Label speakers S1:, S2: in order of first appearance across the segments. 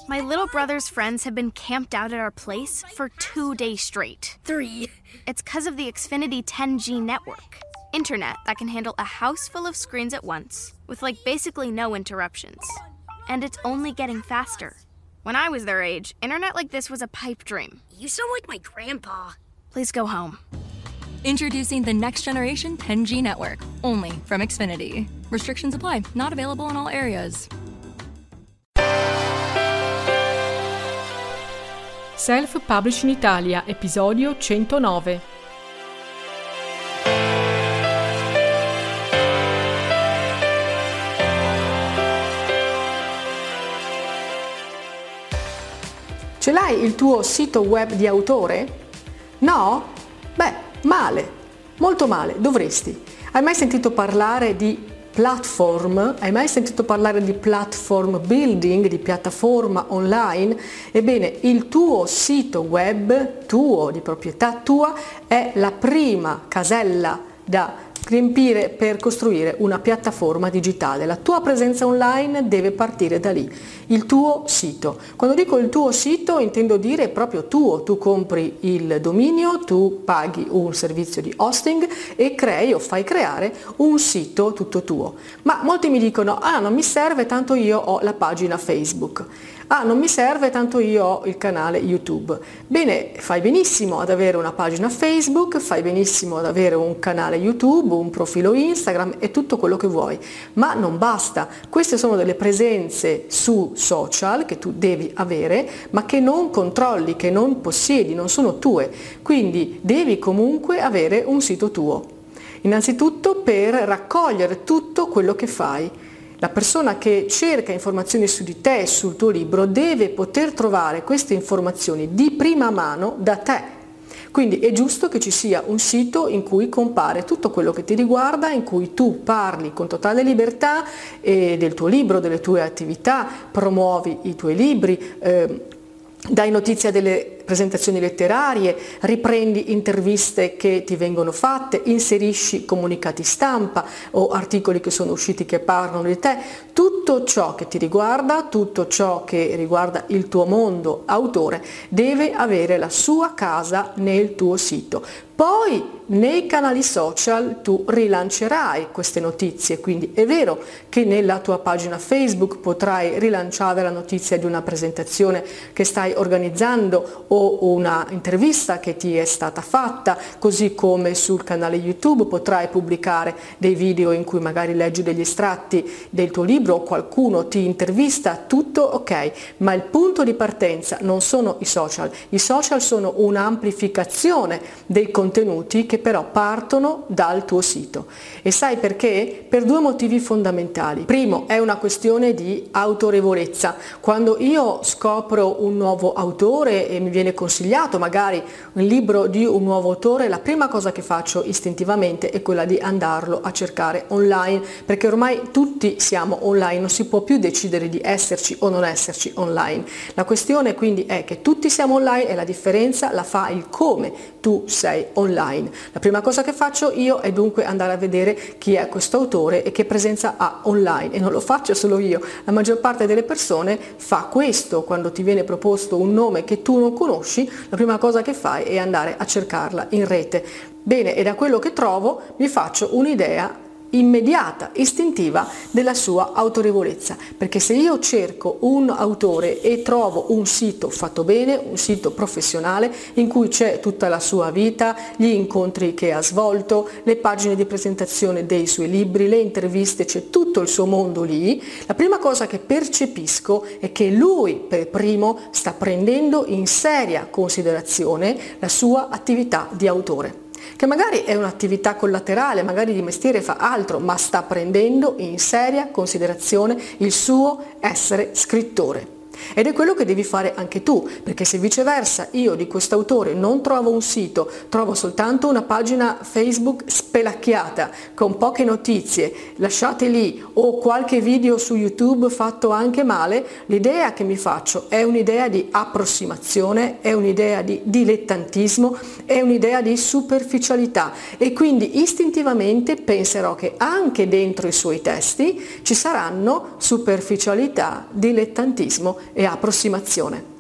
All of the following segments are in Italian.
S1: My little brother's friends have been camped out at our place for 2 days straight.
S2: 3.
S1: It's because of the Xfinity 10G network. Internet that can handle a house full of screens at once, with basically no interruptions. And it's only getting faster. When I was their age, internet like this was a pipe dream.
S2: You sound like my grandpa.
S1: Please go home.
S3: Introducing the next generation 10G network, only from Xfinity. Restrictions apply, not available in all areas.
S4: Self-Publishing Italia, episodio 109. Ce l'hai il tuo sito web di autore? No? Beh, male, molto male, dovresti. Hai mai sentito parlare di platform? Hai mai sentito parlare di platform building, di piattaforma online? Ebbene, il tuo sito web, tuo, di proprietà tua, è la prima casella da riempire per costruire una piattaforma digitale. La tua presenza online deve partire da lì, il tuo sito. Quando dico il tuo sito intendo dire proprio tuo, tu compri il dominio, tu paghi un servizio di hosting e crei o fai creare un sito tutto tuo. Ma molti mi dicono, non mi serve, tanto io ho la pagina Facebook. Non mi serve, tanto io ho il canale YouTube. Bene, fai benissimo ad avere una pagina Facebook, fai benissimo ad avere un canale YouTube, un profilo Instagram e tutto quello che vuoi, ma non basta. Queste sono delle presenze su social che tu devi avere, ma che non controlli, che non possiedi, non sono tue. Quindi devi comunque avere un sito tuo. Innanzitutto per raccogliere tutto quello che fai. La persona che cerca informazioni su di te e sul tuo libro deve poter trovare queste informazioni di prima mano da te. Quindi è giusto che ci sia un sito in cui compare tutto quello che ti riguarda, in cui tu parli con totale libertà del tuo libro, delle tue attività, promuovi i tuoi libri, dai notizia delle presentazioni letterarie, riprendi interviste che ti vengono fatte, inserisci comunicati stampa o articoli che sono usciti che parlano di te, tutto ciò che ti riguarda, tutto ciò che riguarda il tuo mondo autore deve avere la sua casa nel tuo sito. Poi nei canali social tu rilancerai queste notizie, quindi è vero che nella tua pagina Facebook potrai rilanciare la notizia di una presentazione che stai organizzando o una intervista che ti è stata fatta, così come sul canale YouTube potrai pubblicare dei video in cui magari leggi degli estratti del tuo libro o qualcuno ti intervista, tutto ok, ma il punto di partenza non sono i social sono un'amplificazione dei contenuti che però partono dal tuo sito. E sai perché? Per 2 motivi fondamentali. Primo, è una questione di autorevolezza. Quando io scopro un nuovo autore e mi viene consigliato magari un libro di un nuovo autore, la prima cosa che faccio istintivamente è quella di andarlo a cercare online, perché ormai tutti siamo online, non si può più decidere di esserci o non esserci online. La questione quindi è che tutti siamo online e la differenza la fa il come tu sei online. La prima cosa che faccio io è dunque andare a vedere chi è questo autore e che presenza ha online, e non lo faccio solo io, la maggior parte delle persone fa questo. Quando ti viene proposto un nome che tu non conosci, la prima cosa che fai è andare a cercarla in rete. Bene, e da quello che trovo mi faccio un'idea immediata, istintiva della sua autorevolezza, perché se io cerco un autore e trovo un sito fatto bene, un sito professionale in cui c'è tutta la sua vita, gli incontri che ha svolto, le pagine di presentazione dei suoi libri, le interviste, c'è tutto il suo mondo lì, la prima cosa che percepisco è che lui per primo sta prendendo in seria considerazione la sua attività di autore, che magari è un'attività collaterale, magari di mestiere fa altro, ma sta prendendo in seria considerazione il suo essere scrittore. Ed è quello che devi fare anche tu, perché se viceversa io di quest'autore non trovo un sito, trovo soltanto una pagina Facebook spelacchiata con poche notizie lasciate lì o qualche video su YouTube fatto anche male, l'idea che mi faccio è un'idea di approssimazione, è un'idea di dilettantismo, è un'idea di superficialità, e quindi istintivamente penserò che anche dentro i suoi testi ci saranno superficialità, dilettantismo e approssimazione.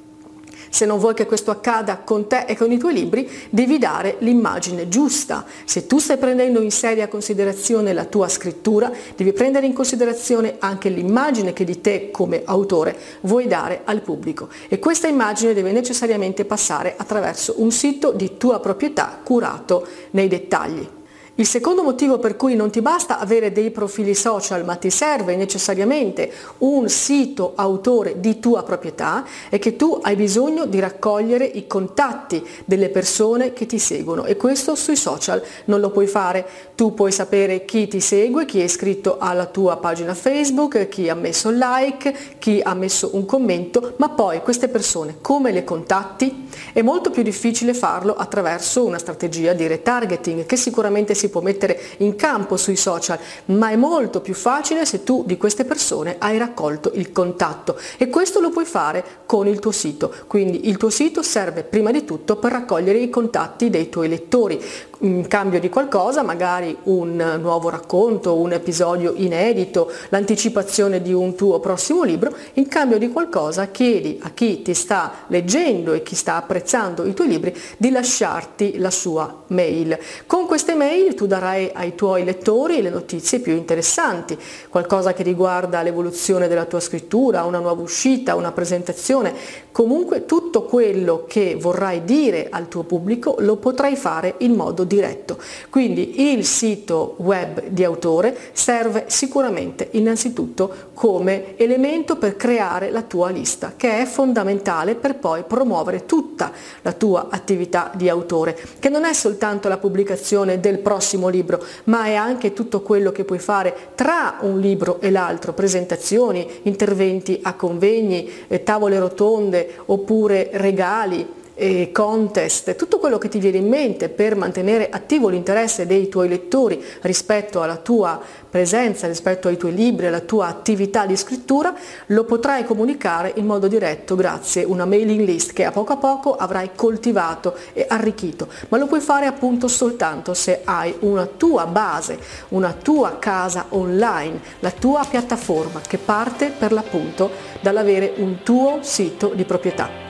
S4: Se non vuoi che questo accada con te e con i tuoi libri, devi dare l'immagine giusta. Se tu stai prendendo in seria considerazione la tua scrittura, devi prendere in considerazione anche l'immagine che di te come autore vuoi dare al pubblico. E questa immagine deve necessariamente passare attraverso un sito di tua proprietà curato nei dettagli. Il secondo motivo per cui non ti basta avere dei profili social, ma ti serve necessariamente un sito autore di tua proprietà, è che tu hai bisogno di raccogliere i contatti delle persone che ti seguono, e questo sui social non lo puoi fare. Tu puoi sapere chi ti segue, chi è iscritto alla tua pagina Facebook, chi ha messo like, chi ha messo un commento, ma poi queste persone come le contatti? È molto più difficile farlo attraverso una strategia di retargeting che sicuramente si può mettere in campo sui social, ma è molto più facile se tu di queste persone hai raccolto il contatto, e questo lo puoi fare con il tuo sito. Quindi il tuo sito serve prima di tutto per raccogliere i contatti dei tuoi lettori. In cambio di qualcosa, magari un nuovo racconto, un episodio inedito, l'anticipazione di un tuo prossimo libro, in cambio di qualcosa chiedi a chi ti sta leggendo e chi sta apprezzando i tuoi libri di lasciarti la sua mail. Con queste mail tu darai ai tuoi lettori le notizie più interessanti, qualcosa che riguarda l'evoluzione della tua scrittura, una nuova uscita, una presentazione, comunque tutto quello che vorrai dire al tuo pubblico lo potrai fare in modo diretto. Quindi il sito web di autore serve sicuramente innanzitutto come elemento per creare la tua lista, che è fondamentale per poi promuovere tutta la tua attività di autore, che non è soltanto la pubblicazione del prossimo libro, ma è anche tutto quello che puoi fare tra un libro e l'altro: presentazioni, interventi a convegni, tavole rotonde oppure regali, contest, tutto quello che ti viene in mente per mantenere attivo l'interesse dei tuoi lettori rispetto alla tua presenza, rispetto ai tuoi libri, alla tua attività di scrittura, lo potrai comunicare in modo diretto grazie a una mailing list che a poco avrai coltivato e arricchito, ma lo puoi fare appunto soltanto se hai una tua base, una tua casa online, la tua piattaforma che parte per l'appunto dall'avere un tuo sito di proprietà.